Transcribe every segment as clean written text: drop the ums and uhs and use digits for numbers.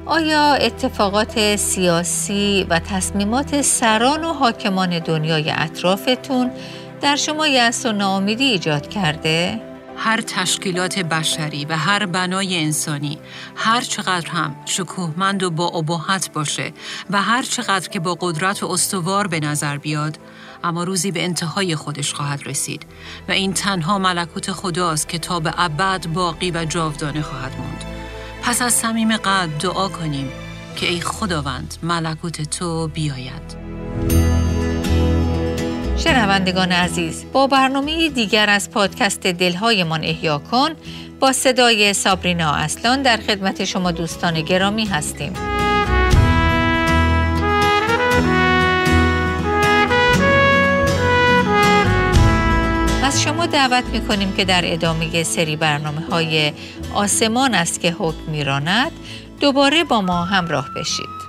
آیا اتفاقات سیاسی و تصمیمات سران و حاکمان دنیای اطرافتون در شما یأس و ناامیدی ایجاد کرده؟ هر تشکیلات بشری و هر بنای انسانی هر چقدر هم شکوهمند و با ابهت باشه و هر چقدر که با قدرت و استوار به نظر بیاد، اما روزی به انتهای خودش خواهد رسید و این تنها ملکوت خداست که تا به ابد باقی و جاودانه خواهد موند. پس از صمیم قلب دعا کنیم که ای خداوند ملکوت تو بیاید. شنوندگان عزیز، با برنامه دیگر از پادکست دلهایمان احیا کن با صدای سابرینا اصلان در خدمت شما دوستان گرامی هستیم. از شما دعوت می‌کنیم که در ادامه سری برنامه‌های آسمان است که حکم می‌راند دوباره با ما همراه بشید.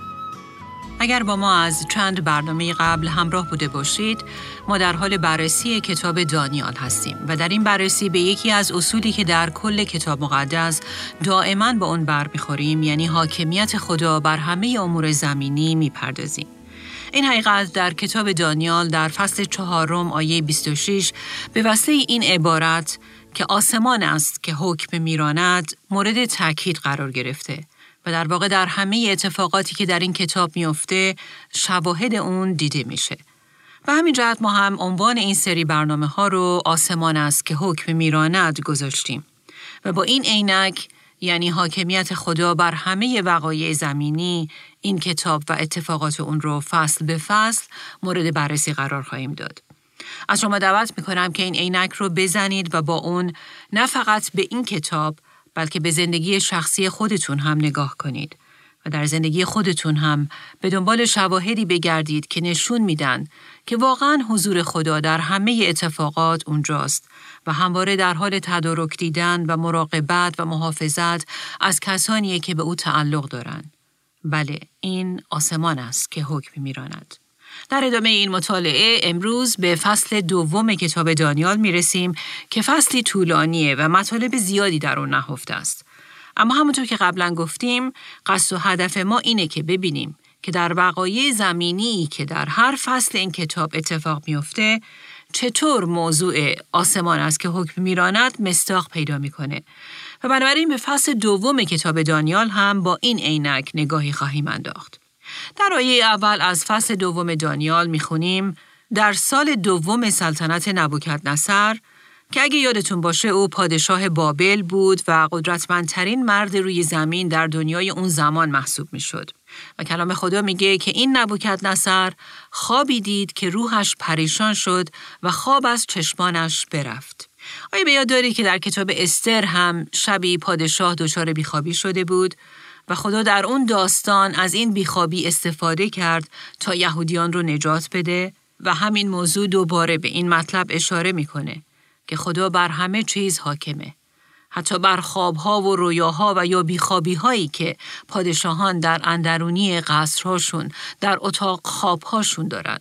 اگر با ما از چند برنامه قبل همراه بوده باشید، ما در حال بررسی کتاب دانیال هستیم و در این بررسی به یکی از اصولی که در کل کتاب مقدس دائما با اون برمیخوریم، یعنی حاکمیت خدا بر همه امور زمینی میپردازیم. این حقیقت در کتاب دانیال در فصل 4 آیه 26 به وسیله این عبارت که آسمان است که حکم میراند مورد تاکید قرار گرفته و در واقع در همه اتفاقاتی که در این کتاب میفته شواهد اون دیده میشه. و همین جهت ما هم عنوان این سری برنامه ها رو آسمان است که حکم میراند گذاشتیم و با این عینک، یعنی حاکمیت خدا بر همه وقایع زمینی، این کتاب و اتفاقات اون رو فصل به فصل مورد بررسی قرار خواهیم داد. از شما دعوت میکنم که این عینک رو بزنید و با اون نه فقط به این کتاب بلکه به زندگی شخصی خودتون هم نگاه کنید و در زندگی خودتون هم به دنبال شواهدی بگردید که نشون میدن که واقعاً حضور خدا در همه اتفاقات اونجاست و همواره در حال تدارک دیدن و مراقبت و محافظت از کسانیه که به او تعلق دارن. بله، این آسمان است که حکم میراند. در ادامه این مطالعه امروز به فصل 2 کتاب دانیال میرسیم که فصلی طولانیه و مطالب زیادی در اون نهفته است. اما همونطور که قبلا گفتیم، قصد و هدف ما اینه که ببینیم که در وقایع زمینی که در هر فصل این کتاب اتفاق میفته چطور موضوع آسمان است که حکم میراند مصداق پیدا میکنه. و بنابراین به فصل 2 کتاب دانیال هم با این عینک نگاهی خواهیم انداخت. در آیه اول از فصل 2 دانیال میخونیم: در سال 2 سلطنت نبوکدنصر، که اگه یادتون باشه او پادشاه بابل بود و قدرتمندترین مرد روی زمین در دنیای اون زمان محسوب میشد. و کلام خدا میگه که این نبوکدنصر خوابی دید که روحش پریشان شد و خواب از چشمانش برفت. آیا به یاد داری که در کتاب استر هم شبی پادشاه دچار بیخوابی شده بود و خدا در اون داستان از این بیخوابی استفاده کرد تا یهودیان رو نجات بده؟ و همین موضوع دوباره به این مطلب اشاره میکنه که خدا بر همه چیز حاکمه، حتی بر خوابها و رویاها و یا بیخوابی‌هایی که پادشاهان در اندرونی قصرهاشون، در اتاق خوابهاشون دارن.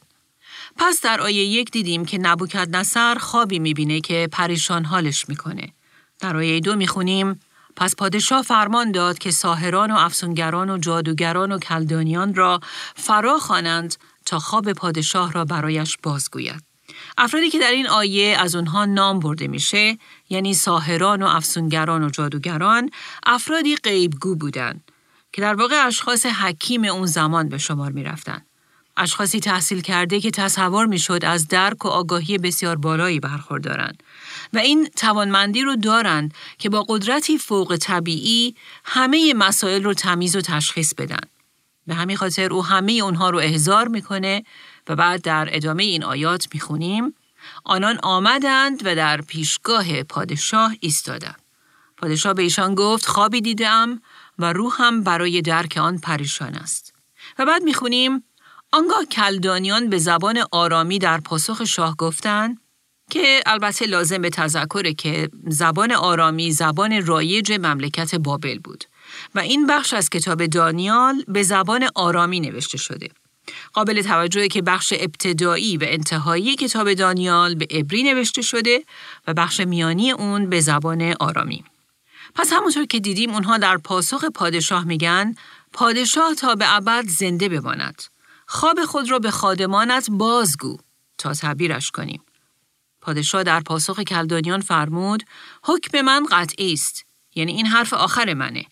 پس در آیه 1 دیدیم که نبوکدنصر خوابی میبینه که پریشان حالش میکنه. در آیه 2 میخونیم: پس پادشاه فرمان داد که ساحران و افسونگران و جادوگران و کلدانیان را فرا خوانند تا خواب پادشاه را برایش بازگوید. افرادی که در این آیه از اونها نام برده میشه، یعنی ساحران و افسونگران و جادوگران، افرادی غیبگو بودند که در واقع اشخاص حکیم اون زمان به شمار میرفتن. اشخاصی تحصیل کرده که تصور میشد از درک و آگاهی بسیار بالایی برخوردارند و این توانمندی رو دارند که با قدرتی فوق طبیعی همه مسائل رو تمیز و تشخیص بدن. به همین خاطر او همه اونها رو احضار میکنه و بعد در ادامه این آیات میخونیم: آنان آمدند و در پیشگاه پادشاه ایستادند. پادشاه به ایشان گفت: خوابی دیدم و روحم برای درک آن پریشان است. و بعد میخونیم: آنگاه کلدانیان به زبان آرامی در پاسخ شاه گفتند، که البته لازم به تذکره که زبان آرامی زبان رایج مملکت بابل بود و این بخش از کتاب دانیال به زبان آرامی نوشته شده. قابل توجهه که بخش ابتدایی و انتهایی کتاب دانیال به عبری نوشته شده و بخش میانی اون به زبان آرامی. پس همونطور که دیدیم اونها در پاسخ پادشاه میگن: پادشاه تا به ابد زنده بماند. خواب خود را به خادمانت بازگو تا تعبیرش کنیم. پادشاه در پاسخ کلدانیان فرمود: حکم من قطعی است، یعنی این حرف آخر منه.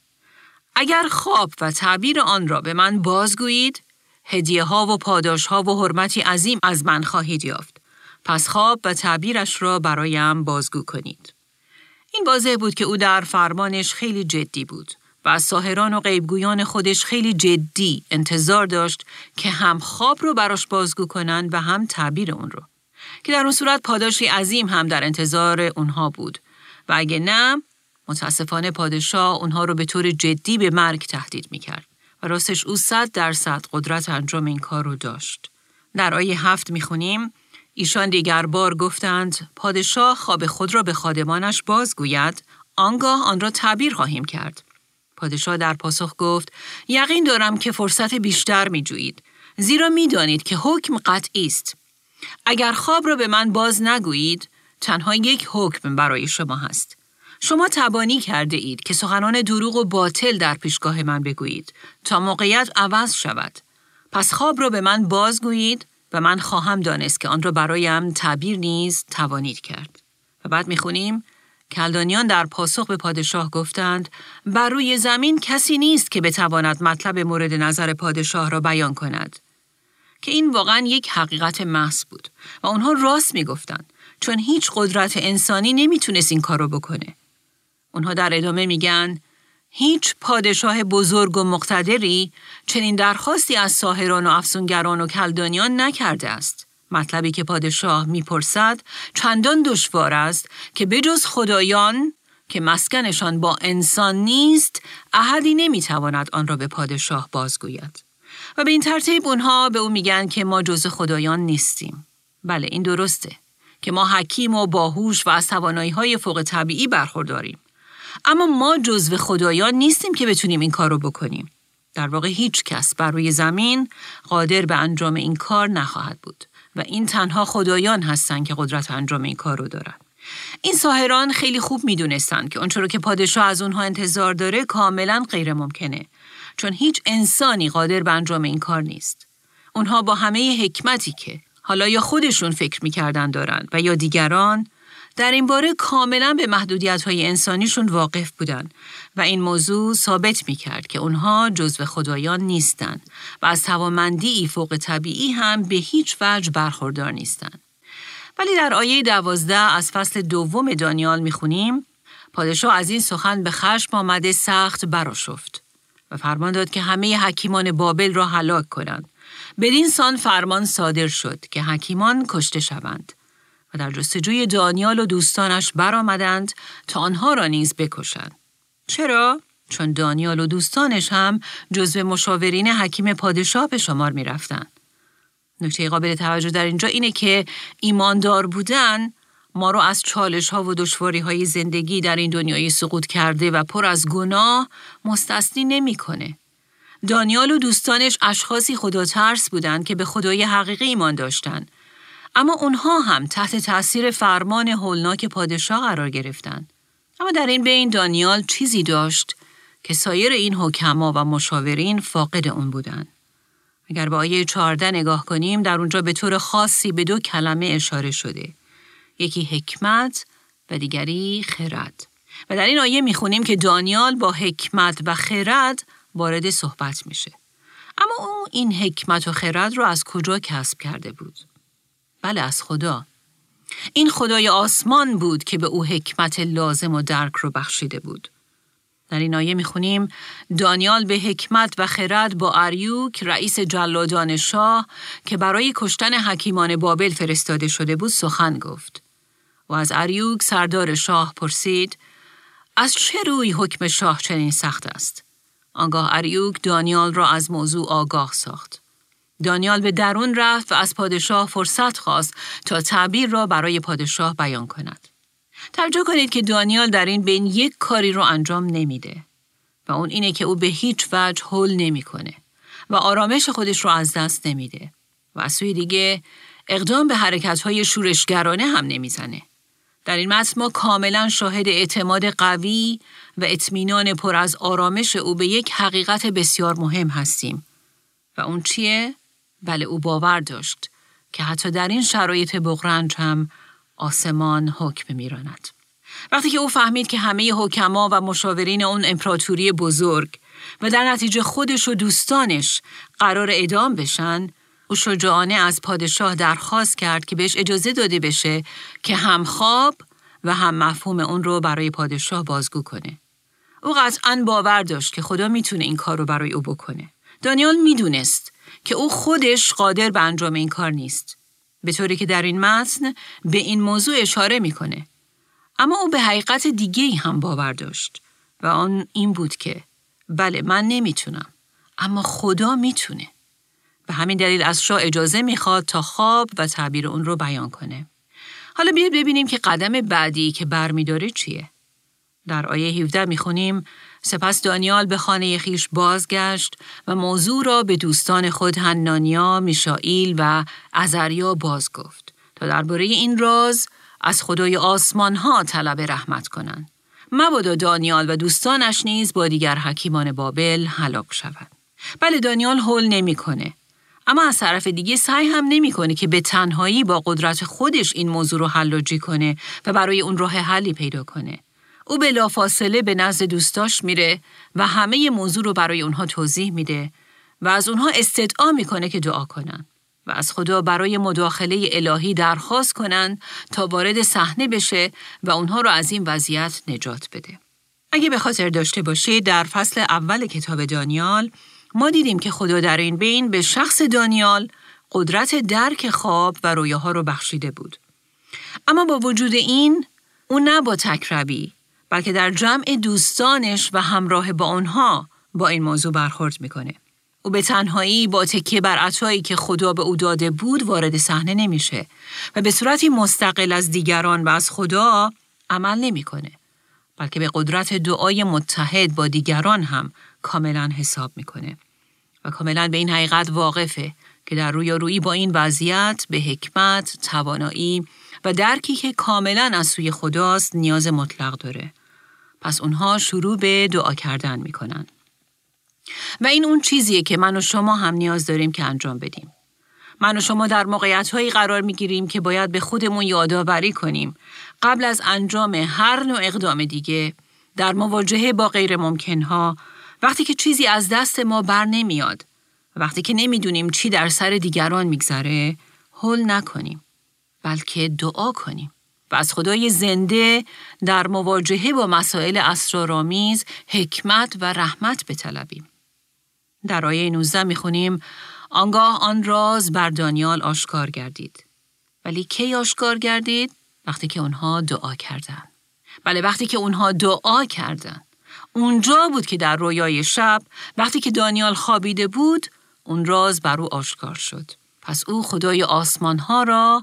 اگر خواب و تعبیر آن را به من بازگویید، هدیه ها و پاداش ها و حرمتی عظیم از من خواهید یافت. پس خواب و تعبیرش را برایم بازگو کنید. این واضح بود که او در فرمانش خیلی جدی بود و از ساحران و غیبگویان خودش خیلی جدی انتظار داشت که هم خواب رو براش بازگو کنن و هم تعبیر اون رو، که در اون صورت پاداشی عظیم هم در انتظار اونها بود و اگه نه، متاسفانه پادشاه اونها رو به طور جدی به مرگ تهدید میکرد و راستش او 100% قدرت انجام این کار رو داشت. در آیه 7 میخونیم: ایشان دیگر بار گفتند پادشاه خواب خود را به خادمانش بازگوید، آنگاه آن را تعبیر خواهیم کرد. پادشاه در پاسخ گفت: یقین دارم که فرصت بیشتر میجویید، زیرا میدانید که حکم قطعی است. اگر خواب را به من باز نگویید، تنها یک حکم برای شما هست. شما تبانی کرده اید که سخنان دروغ و باطل در پیشگاه من بگویید تا موقعیت عوض شود. پس خواب را به من بازگویید و من خواهم دانست که آن را برایم تعبیر نیز توانید کرد. و بعد میخونیم: کلدانیان در پاسخ به پادشاه گفتند: بر روی زمین کسی نیست که بتواند مطلب مورد نظر پادشاه را بیان کند. که این واقعا یک حقیقت محض بود و اونها راست میگفتند، چون هیچ قدرت انسانی نمیتونست این کار رو بکنه. اونها در ادامه میگن: هیچ پادشاه بزرگ و مقتدری چنین درخواستی از ساحران و افسونگران و کلدانیان نکرده است. مطلبی که پادشاه میپرسد چندان دشوار است که بجز خدایان که مسکنشان با انسان نیست، احدی نمیتواند آن را به پادشاه بازگوید. و به این ترتیب اونها به او میگن که ما جز خدایان نیستیم. بله، این درسته که ما حکیم و باهوش و از توانایی‌های فوق طبیعی برخورداریم. اما ما جزو خدایان نیستیم که بتونیم این کار رو بکنیم. در واقع هیچ کس بر روی زمین قادر به انجام این کار نخواهد بود و این تنها خدایان هستند که قدرت انجام این کار رو دارن. این ساحران خیلی خوب میدونستند که اونچه رو که پادشاه از اونها انتظار داره کاملا غیر ممکنه، چون هیچ انسانی قادر به انجام این کار نیست. اونها با همه حکمتی که حالا یا خودشون فکر میکردن دارن و یا دیگران، در این باره کاملا به محدودیت‌های انسانیشون واقف بودن و این موضوع ثابت می‌کرد که اونها جزو خدایان نیستن و از توانمندی فوق طبیعی هم به هیچ وجه برخوردار نیستن. ولی در آیه 12 از فصل 2 دانیال می‌خونیم: پادشاه از این سخن به خشم آمده سخت برآشفت و فرمان داد که همه حکیمان بابل را هلاک کنند. بدین سان فرمان صادر شد که حکیمان کشته شوند. و در جستجوی دانیال و دوستانش برآمدند تا آنها را نیز بکشند. چرا؟ چون دانیال و دوستانش هم جزو مشاورین حکیم پادشاه به شمار می رفتن. نکته قابل توجه در اینجا اینه که ایماندار بودن ما رو از چالش ها و دشواری های زندگی در این دنیای سقوط کرده و پر از گناه مستثنی نمی کنه. دانیال و دوستانش اشخاصی خداترس بودند که به خدای حقیقی ایمان داشتند. اما اونها هم تحت تأثیر فرمان هولناک پادشاه قرار گرفتند. اما در این بین دانیال چیزی داشت که سایر این حکما و مشاورین فاقد اون بودند. اگر به آیه 14 نگاه کنیم، در اونجا به طور خاصی به 2 کلمه اشاره شده. یکی حکمت و دیگری خرد. و در این آیه میخونیم که دانیال با حکمت و خرد وارد صحبت میشه. اما او این حکمت و خرد رو از کجا کسب کرده بود؟ بله، از خدا. این خدای آسمان بود که به او حکمت لازم و درک رو بخشیده بود. در این آیه میخونیم دانیال به حکمت و خرد با اریوک رئیس جلادان شاه که برای کشتن حکیمان بابل فرستاده شده بود سخن گفت. و از اریوک سردار شاه پرسید: از چه روی حکم شاه چنین سخت است؟ آنگاه اریوک دانیال را از موضوع آگاه ساخت. دانیال به درون رفت و از پادشاه فرصت خواست تا تعبیر را برای پادشاه بیان کند. توجه کنید که دانیال در این بین یک کاری رو انجام نمیده و اون اینه که او به هیچ وجه هول نمیکنه و آرامش خودش رو از دست نمیده و از سوی دیگه اقدام به حرکت‌های شورشگرانه هم نمیزنه. در این متن ما کاملا شاهد اعتماد قوی و اطمینان پر از آرامش او به یک حقیقت بسیار مهم هستیم. و اون چیه؟ بله، او باور داشت که حتی در این شرایط بغرنج هم آسمان حکم می‌راند. وقتی که او فهمید که همه حکما و مشاورین اون امپراتوری بزرگ و در نتیجه خودش و دوستانش قرار اعدام بشن، او شجاعانه از پادشاه درخواست کرد که بهش اجازه داده بشه که هم خواب و هم مفهوم اون رو برای پادشاه بازگو کنه. او قطعاً باور داشت که خدا میتونه این کار رو برای او بکنه. دانیال میدونست که او خودش قادر به انجام این کار نیست، به طوری که در این متن به این موضوع اشاره میکنه. اما او به حقیقت دیگه‌ای هم باور داشت و آن این بود که بله، من نمیتونم، اما خدا میتونه. به همین دلیل از شاه اجازه میخواد تا خواب و تعبیر اون رو بیان کنه. حالا بیاید ببینیم که قدم بعدی که برمی‌داره چیه. در آیه 17 میخونیم: سپس دانیال به خانه خیش بازگشت و موضوع را به دوستان خود حنانیا، میشائیل و عزریا باز گفت تا درباره این راز از خدای آسمان ها طلب رحمت کنند. مبادا دانیال و دوستانش نیز با دیگر حکیمان بابل هلاک شوند. بله، دانیال هول نمی‌کنه، اما از طرف دیگه سعی هم نمی‌کنه که به تنهایی با قدرت خودش این موضوع رو حلاجی کنه و برای اون راه حلی پیدا کنه. او بلافاصله به نزد دوستاش میره و همه موضوع رو برای اونها توضیح میده و از اونها استدعا میکنه که دعا کنن و از خدا برای مداخله الهی درخواست کنن تا وارد صحنه بشه و اونها رو از این وضعیت نجات بده. اگه به خاطر داشته باشید، در فصل اول کتاب دانیال ما دیدیم که خدا در این بین به شخص دانیال قدرت درک خواب و رویاها رو بخشیده بود. اما با وجود این، او نه با تکربی، بلکه در جمع دوستانش و همراه با آنها با این موضوع برخورد میکنه. او به تنهایی با تکیه بر عطایی که خدا به او داده بود وارد صحنه نمیشه و به صورتی مستقل از دیگران و از خدا عمل نمیکنه، بلکه به قدرت دعای متحد با دیگران هم کاملا حساب میکنه و کاملا به این حقیقت واقفه که در رویارویی با این وضعیت به حکمت، توانایی و درکی که کاملا از سوی خداست نیاز مطلق داره. پس اونها شروع به دعا کردن میکنن. و این اون چیزیه که من و شما هم نیاز داریم که انجام بدیم. من و شما در موقعیت‌هایی قرار میگیریم که باید به خودمون یادآوری کنیم قبل از انجام هر نوع اقدام دیگه، در مواجهه با غیر ممکنها، وقتی که چیزی از دست ما بر نمیاد، وقتی که نمیدونیم چی در سر دیگران میگذره، هول نکنیم، بلکه دعا کنیم و از خدای زنده در مواجهه با مسائل اسرارآمیز حکمت و رحمت بطلبیم. در آیه 19 میخونیم: آنگاه آن راز بر دانیال آشکار گردید. ولی کی آشکار گردید؟ وقتی که اونها دعا کردن. بله، وقتی که اونها دعا کردن. اونجا بود که در رویای شب، وقتی که دانیال خوابیده بود، اون راز بر او آشکار شد. پس او خدای آسمان ها را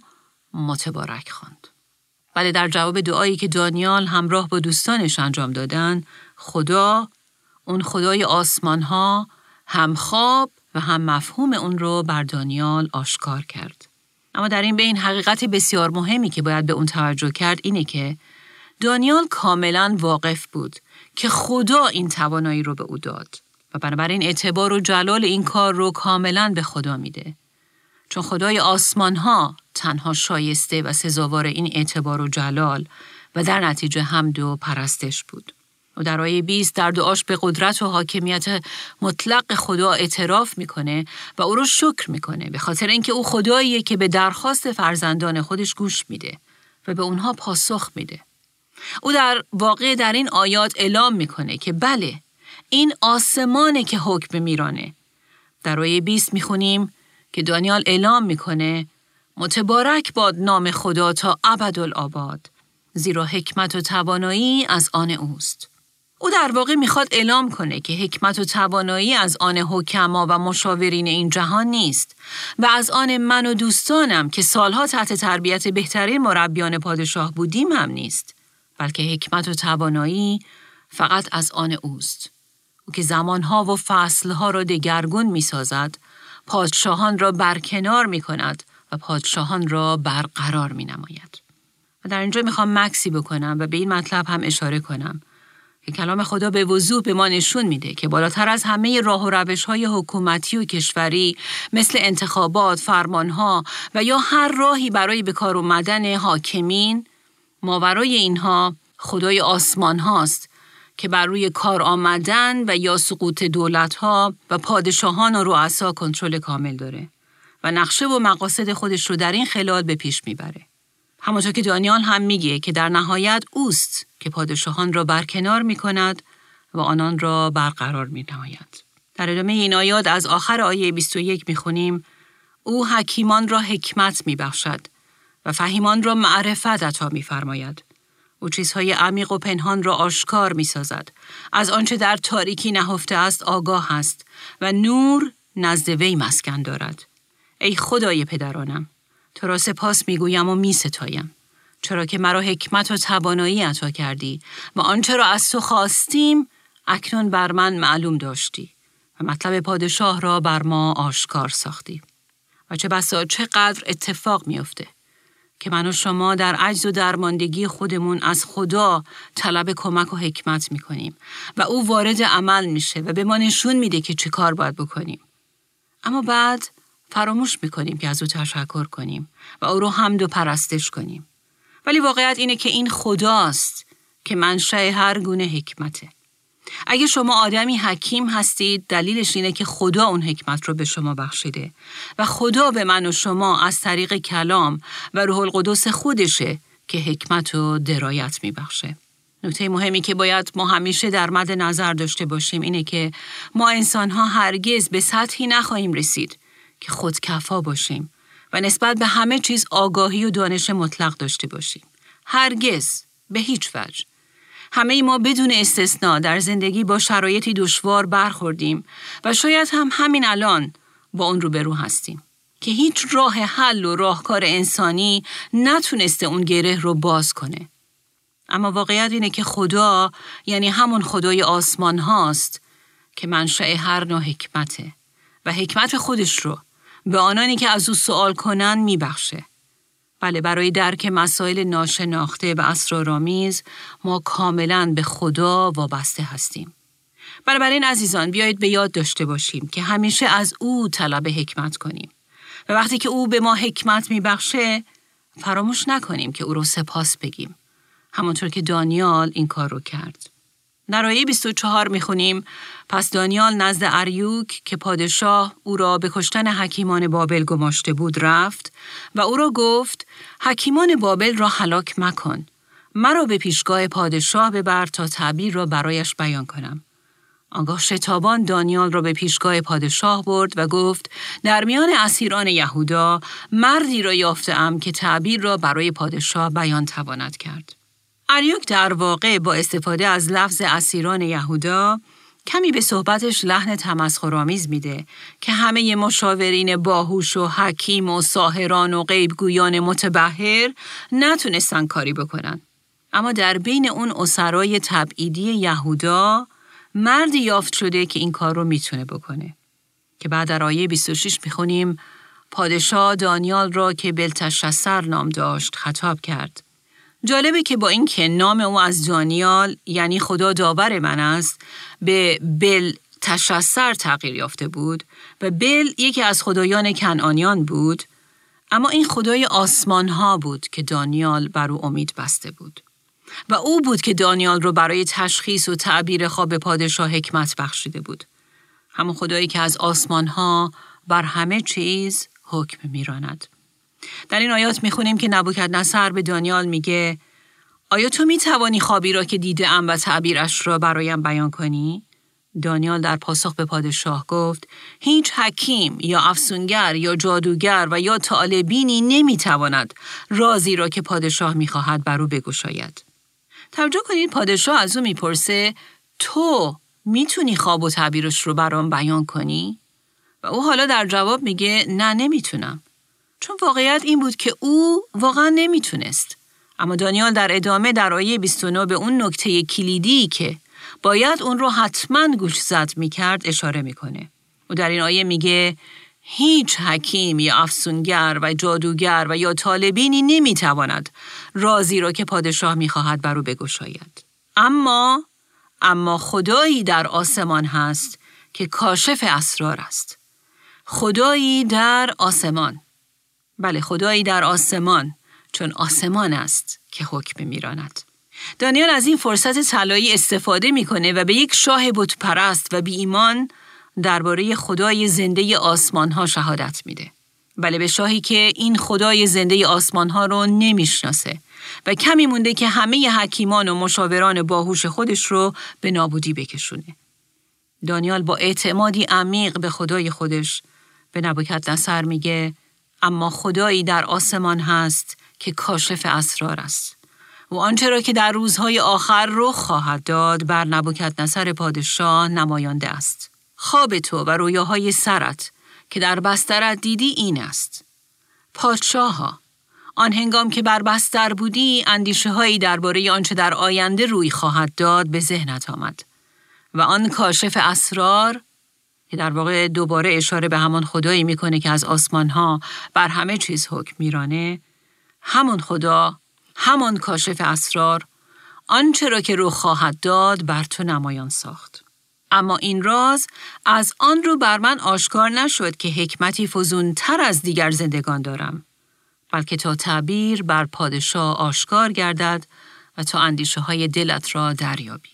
متبارک خواند. بله، در جواب دعایی که دانیال همراه با دوستانش انجام دادن، خدا، اون خدای آسمان ها، هم خواب و هم مفهوم اون رو بر دانیال آشکار کرد. اما در این بین حقیقت بسیار مهمی که باید به اون توجه کرد اینه که دانیال کاملا واقف بود که خدا این توانایی رو به او داد و بنابراین اعتبار و جلال این کار رو کاملا به خدا میده. چون خدای آسمان ها تنها شایسته و سزاوار این اعتبار و جلال و در نتیجه حمد و پرستش بود. و در آیه 20 در دعاش به قدرت و حاکمیت مطلق خدا اعتراف میکنه و او رو شکر میکنه به خاطر اینکه او خداییه که به درخواست فرزندان خودش گوش میده و به اونها پاسخ میده. او در واقع در این آیات اعلام میکنه که بله، این آسمانه که حکم میرانه. در آیه 20 میخونیم که دانیال اعلام میکنه: متبارک باد نام خدا تا ابدالآباد، زیرا حکمت و توانایی از آن اوست. او در واقع میخواد اعلام کنه که حکمت و توانایی از آن حکما و مشاورین این جهان نیست و از آن من و دوستانم که سالها تحت تربیت بهترین مربیان پادشاه بودیم هم نیست، بلکه حکمت و توانایی فقط از آن اوست. او که زمانها و فصلها را دگرگون میسازد، پادشاهان را برکنار میکند و پادشاهان را برقرار مینماید. و در اینجا میخوام مکسی بکنم و به این مطلب هم اشاره کنم که کلام خدا به وضوح به ما نشون میده که بالاتر از همه راه و روش‌های حکومتی و کشوری مثل انتخابات، فرمانها و یا هر راهی برای به کار آمدن حاکمین، ماورای اینها خدای آسمان هاست که بر روی کار آمدن و یا سقوط دولت‌ها و پادشاهان و رؤسا کنترل کامل داره و نقشه و مقاصد خودش رو در این خلال به پیش میبره. همونطور که دانیال هم میگه که در نهایت اوست که پادشاهان را برکنار میکند و آنان را برقرار مینماید. در ادامه این آیات از آخر آیه 21 میخونیم: او حکیمان را حکمت میبخشد و فهیمان را معرفت عطا میفرماید. او چیزهای عمیق و پنهان را آشکار میسازد. از آنچه در تاریکی نهفته است آگاه است و نور نزد وی مسکن دارد. ای خدای پدرانم، تو را سپاس میگویم و میستایم، چرا که مرا حکمت و توانایی عطا کردی و آنچه را از تو خواستیم اکنون بر من معلوم داشتی و مطلب پادشاه را بر ما آشکار ساختی. و چه بسا چقدر اتفاق میفته که من و شما در عجز و درماندگی خودمون از خدا طلب کمک و حکمت میکنیم و او وارد عمل میشه و به ما نشون میده که چه کار باید بکنیم. اما بعد فراموش میکنیم که از او تشکر کنیم و او رو حمد و پرستش کنیم. ولی واقعیت اینه که این خداست که منشأ هر گونه حکمته. اگه شما آدمی حکیم هستید، دلیلش اینه که خدا اون حکمت رو به شما بخشیده و خدا به من و شما از طریق کلام و روح القدس خودشه که حکمت و درایت میبخشه. نکته مهمی که باید ما همیشه در مد نظر داشته باشیم اینه که ما انسان‌ها هرگز به سطحی نخواهیم رسید که خودکفا باشیم و نسبت به همه چیز آگاهی و دانش مطلق داشته باشیم. هرگز، به هیچ وجه. همه ما بدون استثناء در زندگی با شرایطی دشوار برخوردیم و شاید هم همین الان با اون روبرو هستیم که هیچ راه حل و راهکار انسانی نتونسته اون گره رو باز کنه. اما واقعیت اینه که خدا، یعنی همون خدای آسمان هاست که منشأ هر نوع حکمته و حکمت خودش رو به آنانی که از او سوال کنن میبخشه. بله، برای درک مسائل ناشناخته و اسرارآمیز ما کاملاً به خدا وابسته هستیم. بنابراین عزیزان، بیایید به یاد داشته باشیم که همیشه از او طلب حکمت کنیم و وقتی که او به ما حکمت میبخشه فراموش نکنیم که او رو سپاس بگیم، همونطور که دانیال این کار رو کرد. در آیه 24 میخونیم: پس دانیال نزد اریوک که پادشاه او را به کشتن حکیمان بابل گماشته بود رفت و او را گفت: حکیمان بابل را هلاک مکن، مرا به پیشگاه پادشاه ببر تا تعبیر را برایش بیان کنم. آنگاه شتابان دانیال را به پیشگاه پادشاه برد و گفت: در میان اسیران یهودا مردی را یافته‌ام که تعبیر را برای پادشاه بیان تواند کرد. اریوک در واقع با استفاده از لفظ اسیران یهودا کمی به صحبتش لحن تمسخرآمیز میده که همه مشاورین باهوش و حکیم و ساحران و غیبگویان متبحر نتونستن کاری بکنن. اما در بین اون اسرای تبعیدی یهودا مردی یافت شده که این کار رو میتونه بکنه. که بعد در آیه 26 میخونیم: پادشاه دانیال را که بلتشسر نام داشت خطاب کرد. جالبه که با این که نام او از دانیال، یعنی خدا داور من است، به بلتشسر تغییر یافته بود و بل یکی از خدایان کنعانیان بود، اما این خدای آسمان ها بود که دانیال بر او امید بسته بود و او بود که دانیال رو برای تشخیص و تعبیر خواب پادشاه حکمت بخشیده بود. همون خدایی که از آسمان ها بر همه چیز حکم میراند. در این آیات میخونیم که نبوکدنصر به دانیال میگه: آیا تو میتوانی خوابی را که دیده‌ام و تعبیرش را برایم بیان کنی؟ دانیال در پاسخ به پادشاه گفت: هیچ حکیم یا افسونگر یا جادوگر و یا طالبینی نمیتواند رازی را که پادشاه میخواهد بر او بگشاید. توجه کنید، پادشاه از او میپرسه: تو میتونی خواب و تعبیرش رو برام بیان کنی؟ و او حالا در جواب میگه: نه، نمیتونم. چون واقعیت این بود که او واقعا نمیتونست. اما دانیال در ادامه در آیه 29 به اون نکته کلیدی که باید اون رو حتما گوش زد میکرد اشاره میکنه. او در این آیه میگه: هیچ حکیم یا افسونگر و جادوگر و یا طالبینی نمیتواند رازی را که پادشاه میخواهد بر او بگشاید. اما اما خدایی در آسمان هست که کاشف اسرار است. خدایی در آسمان. بله، خدایی در آسمان، چون آسمان است که حکم میراند. دانیال از این فرصت طلایی استفاده میکنه و به یک شاه بت پرست و بی ایمان درباره خدای زنده آسمان ها شهادت میده. بله، به شاهی که این خدای زنده آسمان ها رو نمیشناسه و کمی مونده که همه حکیمان و مشاوران باهوش خودش رو به نابودی بکشونه. دانیال با اعتمادی عمیق به خدای خودش به نبوکدنصر میگه اما خدایی در آسمان هست که کاشف اسرار است و آنچه را که در روزهای آخر رخ خواهد داد بر نبوکدنصر پادشاه نمایانده است. خواب تو و رویاهای سرت که در بسترت دیدی این است. پادشاها، آن هنگام که بر بستر بودی اندیشه هایی درباره آنچه در آینده روی خواهد داد به ذهنت آمد و آن کاشف اسرار که در واقع دوباره اشاره به همان خدایی میکنه که از آسمان ها بر همه چیز حکم میرانه، همان خدا، همان کاشف اسرار، آنچه را که رخ خواهد داد بر تو نمایان ساخت. اما این راز از آن رو بر من آشکار نشد که حکمتی فزونتر از دیگر زندگان دارم، بلکه تا تعبیر بر پادشاه آشکار گردد و تا اندیشه های دلت را دریابی.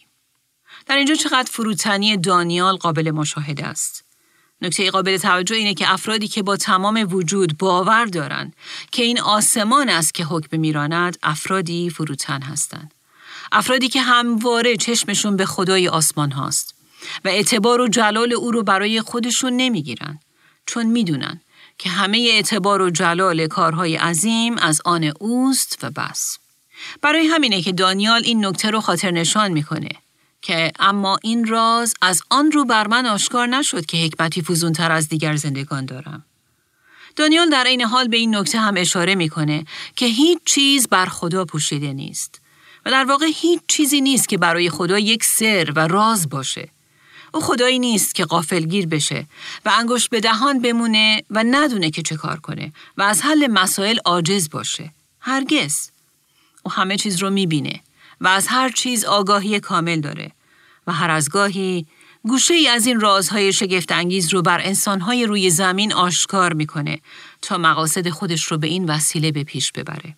در اینجا چقدر فروتنی دانیال قابل مشاهده است. نکته قابل توجه اینه که افرادی که با تمام وجود باور دارند که این آسمان است که حکم میراند، افرادی فروتن هستند. افرادی که همواره چشمشون به خدای آسمان هاست و اعتبار و جلال او رو برای خودشون نمیگیرن، چون میدونن که همه اعتبار و جلال کارهای عظیم از آن اوست و بس. برای همینه که دانیال این نکته رو خاطر نشان میکنه که اما این راز از آن رو بر من آشکار نشد که حکمتی فزونتر از دیگر زندگان دارم. دانیال در این حال به این نکته هم اشاره میکنه که هیچ چیز بر خدا پوشیده نیست و در واقع هیچ چیزی نیست که برای خدا یک سر و راز باشه. او خدایی نیست که غافلگیر بشه و انگشت به دهان بمونه و ندونه که چه کار کنه و از حل مسائل عاجز باشه. هرگز. او همه چیز رو میبینه و از هر چیز آگاهی کامل داره و هر از گاهی گوشه ای از این رازهای شگفت انگیز رو بر انسانهای روی زمین آشکار میکنه تا مقاصد خودش رو به این وسیله به پیش ببره.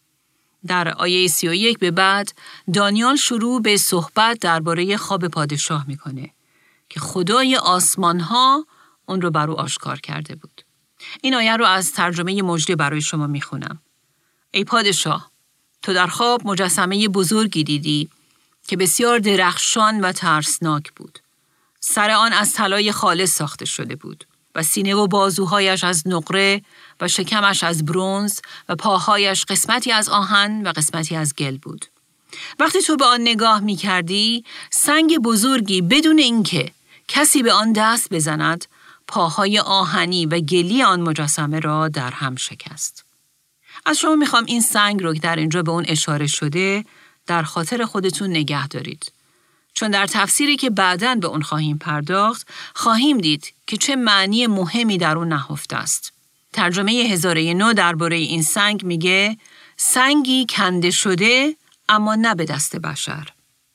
در آیه 31 به بعد دانیال شروع به صحبت درباره خواب پادشاه میکنه که خدای آسمانها اون رو بر او آشکار کرده بود. این آیه رو از ترجمه مجده برای شما میخونم. ای پادشاه، تو در خواب مجسمه بزرگی دیدی که بسیار درخشان و ترسناک بود. سر آن از طلای خالص ساخته شده بود و سینه و بازوهایش از نقره و شکمش از برنز و پاهایش قسمتی از آهن و قسمتی از گل بود. وقتی تو به آن نگاه می کردی، سنگ بزرگی بدون اینکه کسی به آن دست بزند، پاهای آهنی و گلی آن مجسمه را در هم شکست. از شما میخوام این سنگ رو که در اینجا به اون اشاره شده در خاطر خودتون نگه دارید. چون در تفسیری که بعداً به اون خواهیم پرداخت، خواهیم دید که چه معنی مهمی در اون نهفته است. ترجمه 1009 درباره این سنگ میگه سنگی کنده شده اما نه به دست بشر.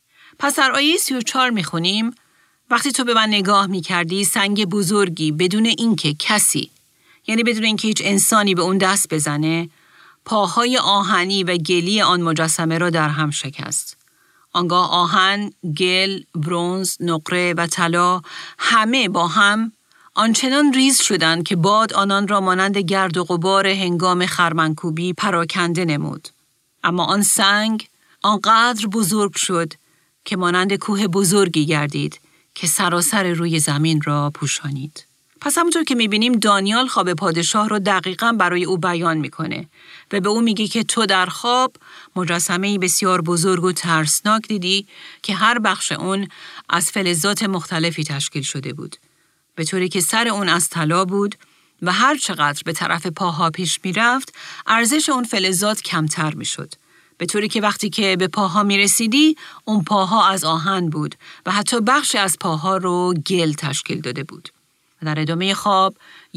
پس در آیه 34 میخونیم وقتی تو به من نگاه میکردی سنگ بزرگی بدون اینکه کسی، یعنی بدون اینکه هیچ انسانی به اون دست بزنه، پاهای آهنی و گلی آن مجسمه را در هم شکست. آنگاه آهن، گل، برنز، نقره و طلا همه با هم آنچنان ریز شدند که باد آنان را مانند گرد و غبار هنگام خرمنکوبی پراکنده نمود. اما آن سنگ آنقدر بزرگ شد که مانند کوه بزرگی گردید که سراسر روی زمین را پوشانید. پس همونطور که می‌بینیم دانیال خواب پادشاه رو دقیقاً برای او بیان می‌کنه و به او میگه که تو در خواب مجسمه‌ای بسیار بزرگ و ترسناک دیدی که هر بخش اون از فلزات مختلفی تشکیل شده بود، به طوری که سر اون از طلا بود و هر چقدر به طرف پاها پیش می‌رفت ارزش اون فلزات کمتر می‌شد، به طوری که وقتی که به پاها می‌رسیدی اون پاها از آهن بود و حتی بخشی از پاها رو گل تشکیل داده بود. در ادامه خواب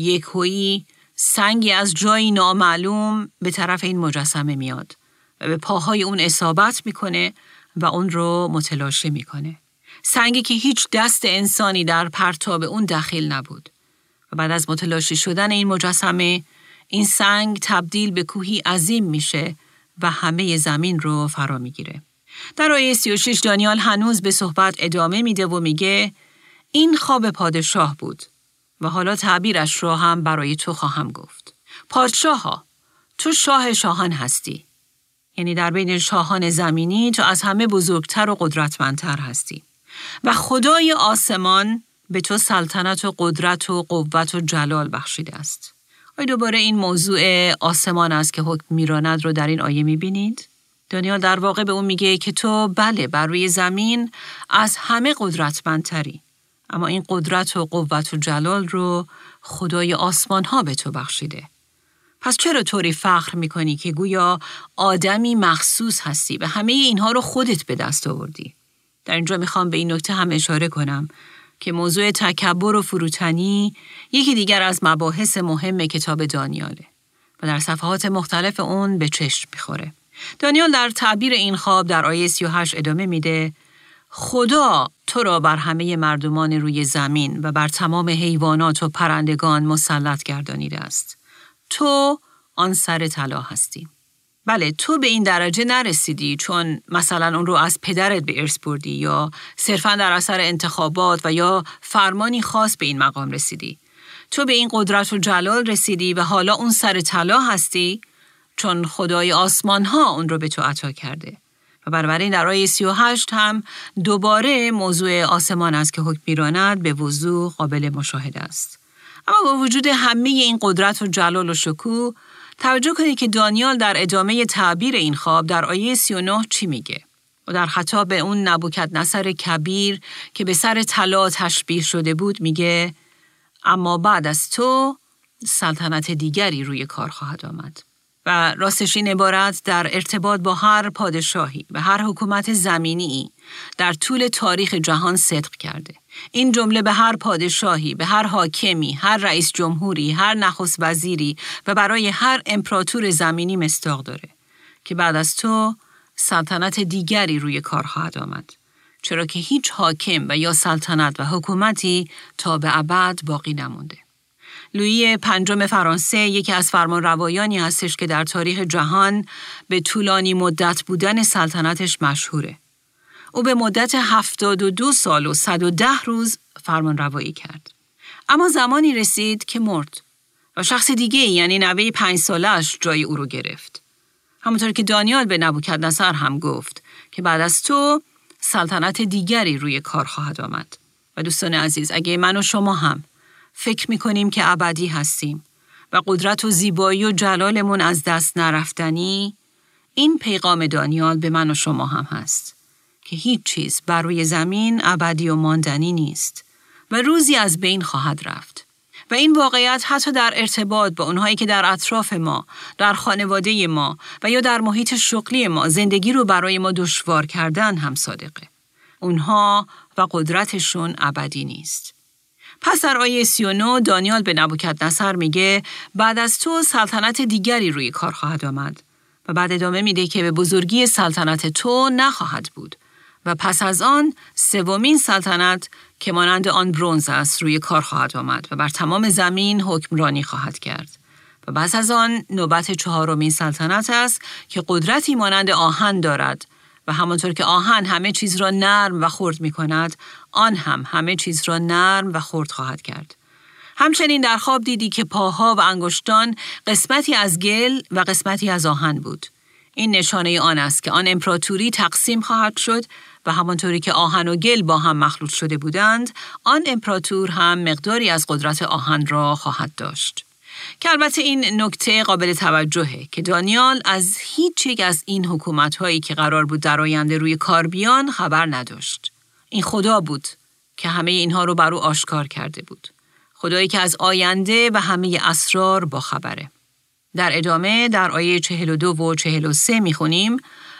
یکهویی سنگی از جایی نامعلوم به طرف این مجسمه میاد و به پاهای اون اصابت میکنه و اون رو متلاشی میکنه. سنگی که هیچ دست انسانی در پرتاب اون دخیل نبود. و بعد از متلاشی شدن این مجسمه، این سنگ تبدیل به کوهی عظیم میشه و همه زمین رو فرا میگیره. در آیه 36 دانیال هنوز به صحبت ادامه میده و میگه این خواب پادشاه بود و حالا تعبیرش رو هم برای تو خواهم گفت. پادشاها، تو شاه شاهان هستی. یعنی در بین شاهان زمینی تو از همه بزرگتر و قدرتمندتر هستی. و خدای آسمان به تو سلطنت و قدرت و قوت و جلال بخشیده است. آیا دوباره این موضوع آسمان است که حکم میراند رو در این آیه میبینید؟ دانیال در واقع به اون میگه که تو بله بر روی زمین از همه قدرتمندتری، اما این قدرت و قوت و جلال رو خدای آسمان ها به تو بخشیده. پس چرا طوری فخر میکنی که گویا آدمی مخصوص هستی و همه اینها رو خودت به دست آوردی؟ در اینجا میخوام به این نکته هم اشاره کنم که موضوع تکبر و فروتنی یکی دیگر از مباحث مهم کتاب دانیاله و در صفحات مختلف اون به چشم میخوره. دانیال در تعبیر این خواب در آیه 38 ادامه میده خدا تو را بر همه مردمان روی زمین و بر تمام حیوانات و پرندگان مسلط گردانیده است. تو آن سر طلا هستی. بله، تو به این درجه نرسیدی چون مثلا اون رو از پدرت به ارث بردی یا صرفاً در اثر انتخابات و یا فرمانی خاص به این مقام رسیدی. تو به این قدرت و جلال رسیدی و حالا اون سر طلا هستی چون خدای آسمان ها اون رو به تو عطا کرده. و بنابراین در آیه 38 هم دوباره موضوع آسمان است که حکم میراند به وضوح قابل مشاهده است. اما با وجود همه این قدرت و جلال و شکوه، توجه کنید که دانیال در ادامه تعبیر این خواب در آیه 39 چی میگه؟ و در خطاب به اون نبوکدنصر کبیر که به سر طلا تشبیه شده بود میگه اما بعد از تو سلطنت دیگری روی کار خواهد آمد. و راستش این عبارت در ارتباط با هر پادشاهی و هر حکومت زمینی در طول تاریخ جهان صدق کرده. این جمله به هر پادشاهی، به هر حاکمی، هر رئیس جمهوری، هر نخست وزیری و برای هر امپراتور زمینی مصداق داره که بعد از تو سلطنت دیگری روی کار خواهد آمد. چرا که هیچ حاکم و یا سلطنت و حکومتی تا به ابد باقی نمونده. لویی پنجم فرانسه یکی از فرمانروایانی هستش که در تاریخ جهان به طولانی مدت بودن سلطنتش مشهوره. او به مدت 72 سال و 110 روز فرمانروایی کرد. اما زمانی رسید که مرد و شخص دیگه یعنی نوه 5 سالش جای او رو گرفت. همونطور که دانیال به نبوکدنصر هم گفت که بعد از تو سلطنت دیگری روی کار خواهد آمد. و دوستان عزیز، اگه من و شما هم فکر میکنیم که ابدی هستیم و قدرت و زیبایی و جلالمون از دست نرفتنی، این پیغام دانیال به من و شما هم هست که هیچ چیز بر روی زمین ابدی و ماندنی نیست و روزی از بین خواهد رفت. و این واقعیت حتی در ارتباط با اونهایی که در اطراف ما، در خانواده ما و یا در محیط شغلی ما زندگی رو برای ما دشوار کردن هم صادقه. اونها و قدرتشون ابدی نیست. پس در آیه 39 دانیال به نبوکدنصر میگه بعد از تو سلطنت دیگری روی کار خواهد آمد و بعد ادامه میده که به بزرگی سلطنت تو نخواهد بود و پس از آن سومین سلطنت که مانند آن برنز است روی کار خواهد آمد و بر تمام زمین حکمرانی خواهد کرد و پس از آن نوبت چهارمین سلطنت است که قدرتی مانند آهن دارد و همانطور که آهن همه چیز را نرم و خرد می کند، آن هم همه چیز را نرم و خرد خواهد کرد. همچنین در خواب دیدی که پاها و انگشتان قسمتی از گل و قسمتی از آهن بود. این نشانه آن است که آن امپراتوری تقسیم خواهد شد و همانطوری که آهن و گل با هم مخلوط شده بودند، آن امپراتور هم مقداری از قدرت آهن را خواهد داشت. که البته این نکته قابل توجهه که دانیال از هیچ یک از این حکومت‌هایی که قرار بود در آینده روی کار بیان خبر نداشت. این خدا بود که همه اینها رو بر او آشکار کرده بود. خدایی که از آینده و همه اسرار با خبره. در ادامه در آیه 42 و 43 میخونیم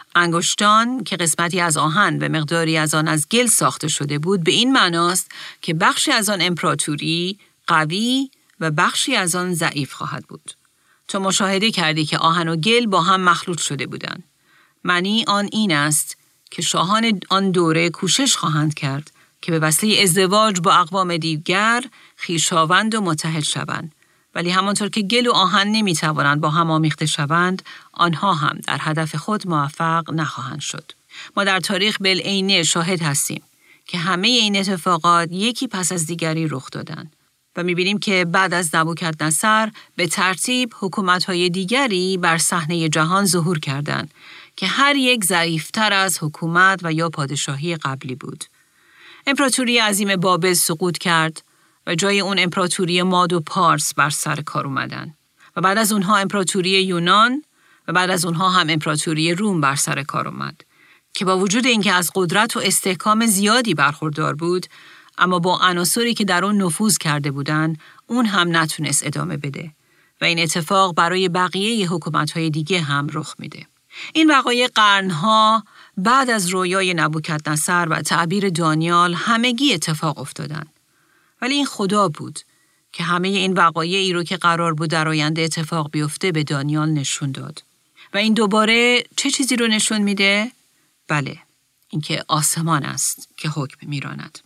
انگشتان که قسمتی از آهن و مقداری از آن از گل ساخته شده بود به این معناست که بخشی از آن امپراتوری قوی و بخشی از آن ضعیف خواهد بود. تو مشاهده کردی که آهن و گل با هم مخلوط شده بودند. معنی آن این است که شاهان آن دوره کوشش خواهند کرد که به وسیله ازدواج با اقوام دیگر خویشاوند و متحد شوند. ولی همانطور که گل و آهن نمیتوانند با هم آمیخته شوند، آنها هم در هدف خود موفق نخواهند شد. ما در تاریخ بالعینه شاهد هستیم که همه این اتفاقات یکی پس از دیگری رخ دادند و می‌بینیم که بعد از نبوکدنصر به ترتیب حکومت‌های دیگری بر صحنه جهان ظهور کردند که هر یک ضعیف‌تر از حکومت و یا پادشاهی قبلی بود. امپراتوری عظیم بابل سقوط کرد و جای اون امپراتوری ماد و پارس بر سر کار اومدن و بعد از اونها امپراتوری یونان و بعد از اونها هم امپراتوری روم بر سر کار اومد که با وجود اینکه از قدرت و استحکام زیادی برخوردار بود، اما با عناصری که در اون نفوذ کرده بودن اون هم نتونست ادامه بده و این اتفاق برای بقیه حکومت‌های دیگه هم رخ میده. این وقایع قرنها بعد از رویای نبوکدنصر و تعبیر دانیال همگی اتفاق افتادن. ولی این خدا بود که همه این وقایعی رو که قرار بود در آینده اتفاق بیفته به دانیال نشون داد. و این دوباره چه چیزی رو نشون میده؟ بله، اینکه آسمان است که حکم میراند.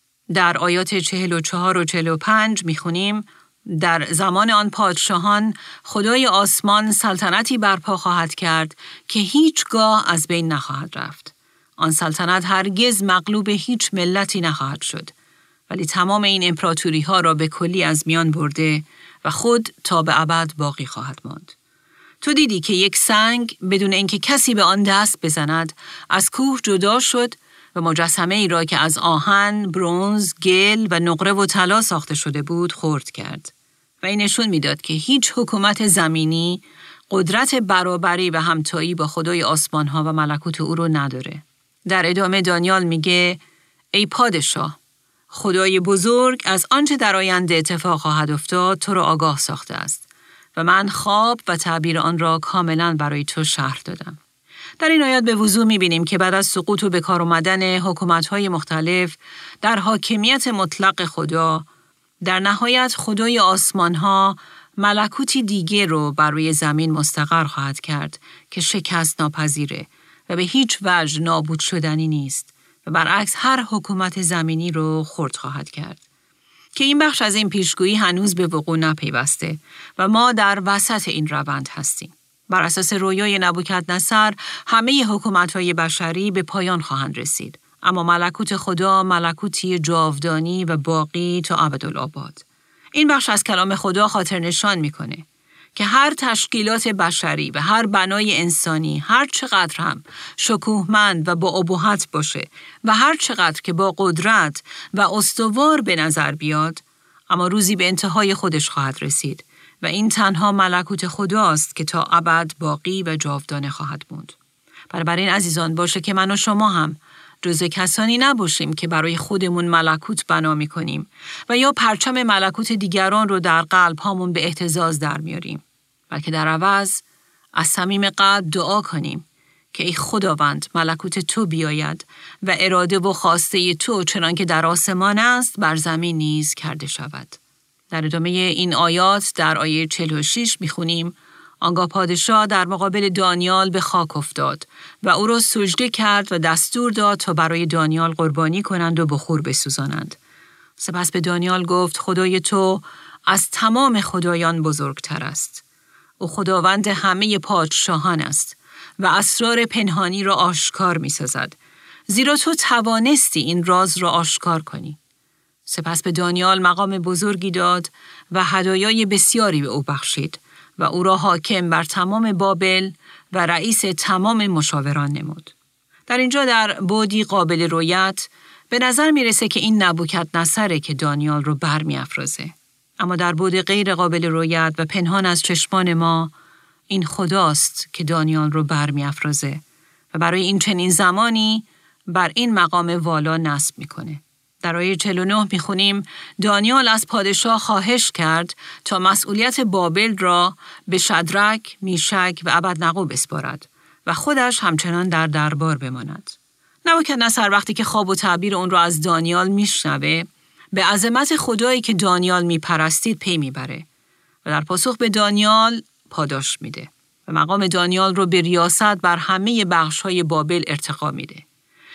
در آیات 44 و 45 میخونیم: در زمان آن پادشاهان خدای آسمان سلطنتی برپا خواهد کرد که هیچگاه از بین نخواهد رفت. آن سلطنت هرگز مغلوب هیچ ملتی نخواهد شد، ولی تمام این امپراتوری ها را به کلی از میان برده و خود تا به ابد باقی خواهد ماند. تو دیدی که یک سنگ بدون اینکه کسی به آن دست بزند از کوه جدا شد و مجسمه ای را که از آهن، برنز، گل و نقره و طلا ساخته شده بود خرد کرد. و این نشون میداد که هیچ حکومت زمینی قدرت برابری و همتایی با خدای آسمان ها و ملکوت او رو نداره. در ادامه دانیال میگه: ای پادشاه، خدای بزرگ از آنچه در آینده اتفاق خواهد افتاد تو را آگاه ساخته است و من خواب و تعبیر آن را کاملا برای تو شرح دادم. در این آیات به وضوح می‌بینیم که بعد از سقوط و به کار آمدن حکومت‌های مختلف در حاکمیت مطلق خدا، در نهایت خدای آسمان‌ها ملکوتی دیگه رو بر روی زمین مستقر خواهد کرد که شکست ناپذیره و به هیچ وجه نابود شدنی نیست و برعکس هر حکومت زمینی رو خرد خواهد کرد. که این بخش از این پیشگویی هنوز به وقوع نپیوسته و ما در وسط این روند هستیم. بر اساس رویای نبوکدنصر همه حکومت‌های بشری به پایان خواهند رسید، اما ملکوت خدا ملکوتی جاودانی و باقی تا ابدالآباد. این بخش از کلام خدا خاطر نشان میکنه که هر تشکیلات بشری و هر بنای انسانی هر چقدر هم شکوهمند و با ابهت باشه و هر چقدر که با قدرت و استوار به نظر بیاد، اما روزی به انتهای خودش خواهد رسید و این تنها ملکوت خداست که تا ابد باقی و جاودانه خواهد موند. بنابراین عزیزان باشه که من و شما هم جزو کسانی نباشیم که برای خودمون ملکوت بنا می‌کنیم و یا پرچم ملکوت دیگران رو در قلب هامون به اهتزاز در میاریم، بلکه در عوض از صمیم قلب دعا کنیم که ای خداوند ملکوت تو بیاید و اراده و خواسته تو چنان که در آسمان است بر زمین نیز کرده شود. در ادامه این آیات در آیه 46 میخونیم: آنگاه پادشاه در مقابل دانیال به خاک افتاد و او را سجده کرد و دستور داد تا برای دانیال قربانی کنند و بخور بسوزانند. سپس به دانیال گفت: خدای تو از تمام خدایان بزرگتر است. او خداوند همه پادشاهان است و اسرار پنهانی را آشکار می سازد، زیرا تو توانستی این راز را آشکار کنی. سپس به دانیال مقام بزرگی داد و هدایای بسیاری به او بخشید و او را حاکم بر تمام بابل و رئیس تمام مشاوران نمود. در اینجا در بعدی قابل رؤیت به نظر میرسه که این نبوکدنصره که دانیال رو برمی‌افرازه. اما در بعد غیر قابل رؤیت و پنهان از چشمان ما این خداست که دانیال رو برمی‌افرازه و برای این چنین زمانی بر این مقام والا نصب میکنه. در آیه 49 میخونیم: دانیال از پادشاه خواهش کرد تا مسئولیت بابل را به شدرک، میشک و ابدنغو بسپارد و خودش همچنان در دربار بماند. نبوکدنصر وقتی که خواب و تعبیر اون را از دانیال میشنوه، به عظمت خدایی که دانیال میپرستید پی میبره و در پاسخ به دانیال پاداش میده و مقام دانیال رو به ریاست بر همه بخش‌های بابل ارتقا میده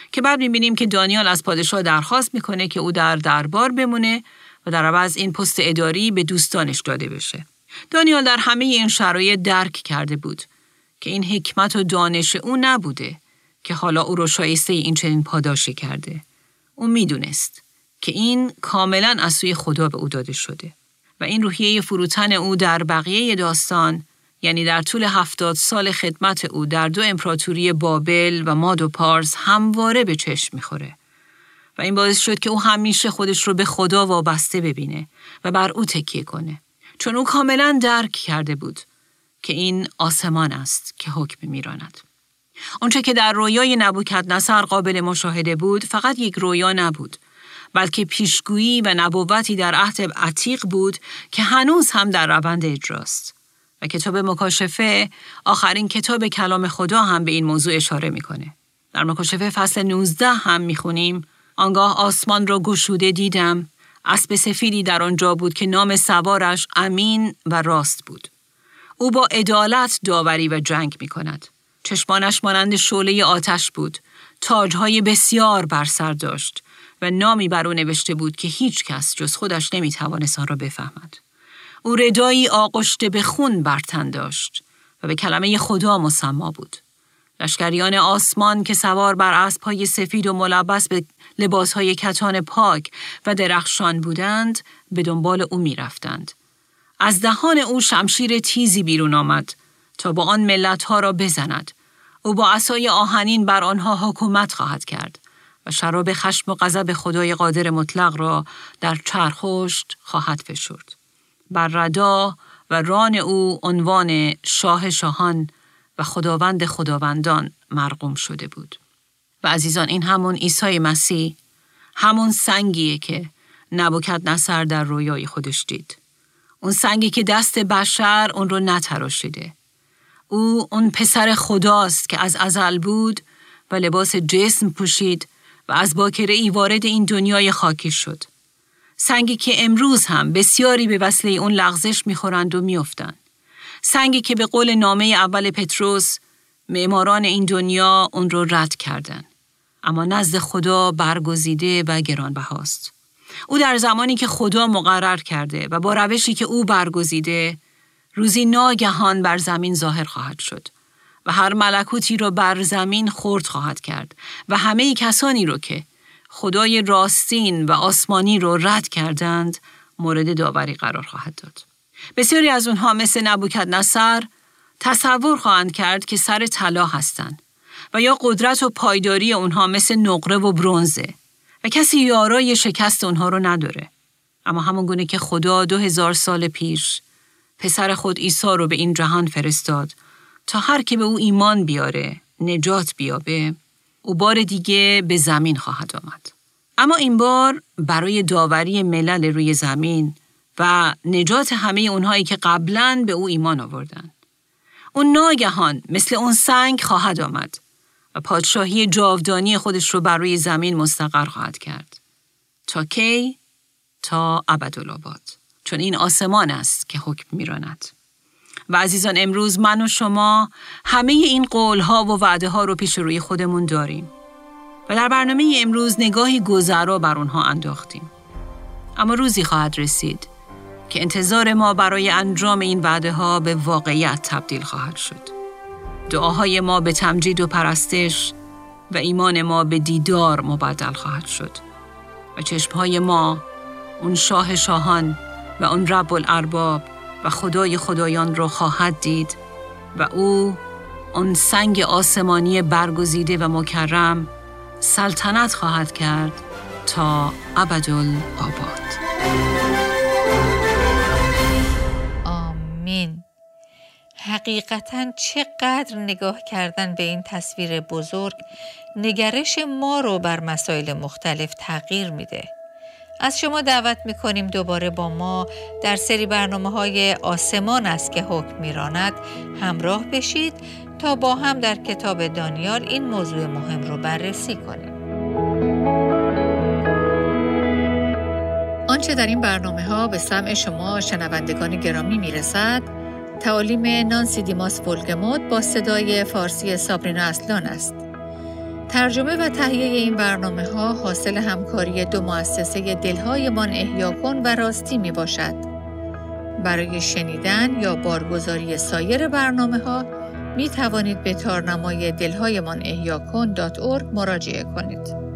که بعد می‌بینیم که دانیال از پادشاه درخواست میکنه که او در دربار بمونه و در عوض این پست اداری به دوستانش داده بشه. دانیال در همه این شرایط درک کرده بود که این حکمت و دانش او نبوده که حالا او رو شایسته این چنین پاداشی کرده. او میدونست که این کاملاً از سوی خدا به او داده شده و این روحیه فروتن او در بقیه داستان، یعنی در طول 70 سال خدمت او در 2 امپراتوری بابل و ماد و پارس، همواره به چشم میخوره و این باعث شد که او همیشه خودش رو به خدا وابسته ببینه و بر او تکیه کنه، چون او کاملاً درک کرده بود که این آسمان است که حکم میراند. آنچه که در رویای نبوکدنصر قابل مشاهده بود فقط یک رویا نبود، بلکه پیشگویی و نبوتی در عهد عتیق بود که هنوز هم در روند اجراست. و کتاب مکاشفه، آخرین کتاب کلام خدا، هم به این موضوع اشاره میکنه. در مکاشفه فصل 19 هم میخونیم: آنگاه آسمان را گشوده دیدم، اسب سفیدی در آنجا بود که نام سوارش امین و راست بود. او با عدالت داوری و جنگ میکند. چشمانش مانند شعله آتش بود، تاجهای بسیار بر سر داشت و نامی بر او نوشته بود که هیچ کس جز خودش نمیتوانست آن را بفهمد. او ردایی آغشته به خون بر تن داشت و به کلمه خدا مسما بود. لشکریان آسمان که سوار بر اسب‌های سفید و ملبس به لباس‌های کتان پاک و درخشان بودند به دنبال او می‌رفتند. از دهان او شمشیر تیزی بیرون آمد تا با آن ملت‌ها را بزند. او با عصای آهنین بر آنها حکومت خواهد کرد و شراب خشم و غضب خدای قادر مطلق را در چرخشت خواهد فشرد. بر ردا و ران او عنوان شاه شاهان و خداوند خداوندان مرقوم شده بود. و عزیزان، این همون عیسی مسیح، همون سنگیه که نبوکدنصر در رویای خودش دید. اون سنگی که دست بشر اون رو نتراشیده. او اون پسر خداست که از ازل بود و لباس جسم پوشید و از باکره‌ای وارد این دنیای خاکی شد. سنگی که امروز هم بسیاری به وسیله اون لغزش میخورند و میافتند. سنگی که به قول نامه اول پتروس معماران این دنیا اون رو رد کردند، اما نزد خدا برگزیده و گرانبهاست. او در زمانی که خدا مقرر کرده و با روشی که او برگزیده، روزی ناگهان بر زمین ظاهر خواهد شد و هر ملکوتی رو بر زمین خرد خواهد کرد و همه کسانی رو که خدای راستین و آسمانی رو رد کردند مورد داوری قرار خواهد داد. بسیاری از اونها مثل نبوکدنصر تصور خواهند کرد که سر طلا هستند و یا قدرت و پایداری اونها مثل نقره و برنزه و کسی یارای شکست اونها رو نداره. اما همون گونه که خدا 2000 سال پیش پسر خود عیسی رو به این جهان فرستاد تا هر که به او ایمان بیاره نجات بیابه، او بار دیگه به زمین خواهد آمد. اما این بار برای داوری ملل روی زمین و نجات همه اونهایی که قبلاً به او ایمان آوردن. اون ناگهان مثل اون سنگ خواهد آمد و پادشاهی جاودانی خودش رو بر روی زمین مستقر خواهد کرد. تا کی؟ تا ابدالآباد. چون این آسمان است که حکم میراند. و عزیزان، امروز من و شما همه این قولها و وعده ها رو پیش روی خودمون داریم و در برنامه امروز نگاهی گذرا بر اونها انداختیم. اما روزی خواهد رسید که انتظار ما برای انجام این وعده ها به واقعیت تبدیل خواهد شد. دعاهای ما به تمجید و پرستش و ایمان ما به دیدار مبدل خواهد شد و چشمهای ما اون شاه شاهان و اون رب الارباب و خدای خدایان رو خواهد دید و او اون سنگ آسمانی برگزیده و مکرم سلطنت خواهد کرد تا ابدالآباد. آمین. حقیقتاً چقدر نگاه کردن به این تصویر بزرگ نگرش ما رو بر مسائل مختلف تغییر میده. از شما دعوت میکنیم دوباره با ما در سری برنامه‌های آسمان است که حکم میراند همراه بشید تا با هم در کتاب دانیال این موضوع مهم رو بررسی کنیم. آنچه در این برنامه‌ها به سمع شما شنوندگان گرامی میرسد تعالیم نانسی دیماس فولگموت با صدای فارسی سابرینا اصلان است. ترجمه و تهیه این برنامه‌ها حاصل همکاری دو مؤسسه دلهایمان احیا کن و راستی می باشد. برای شنیدن یا بارگزاری سایر برنامه‌ها می توانید به تارنمای دلهایمان احیا کن .org مراجعه کنید.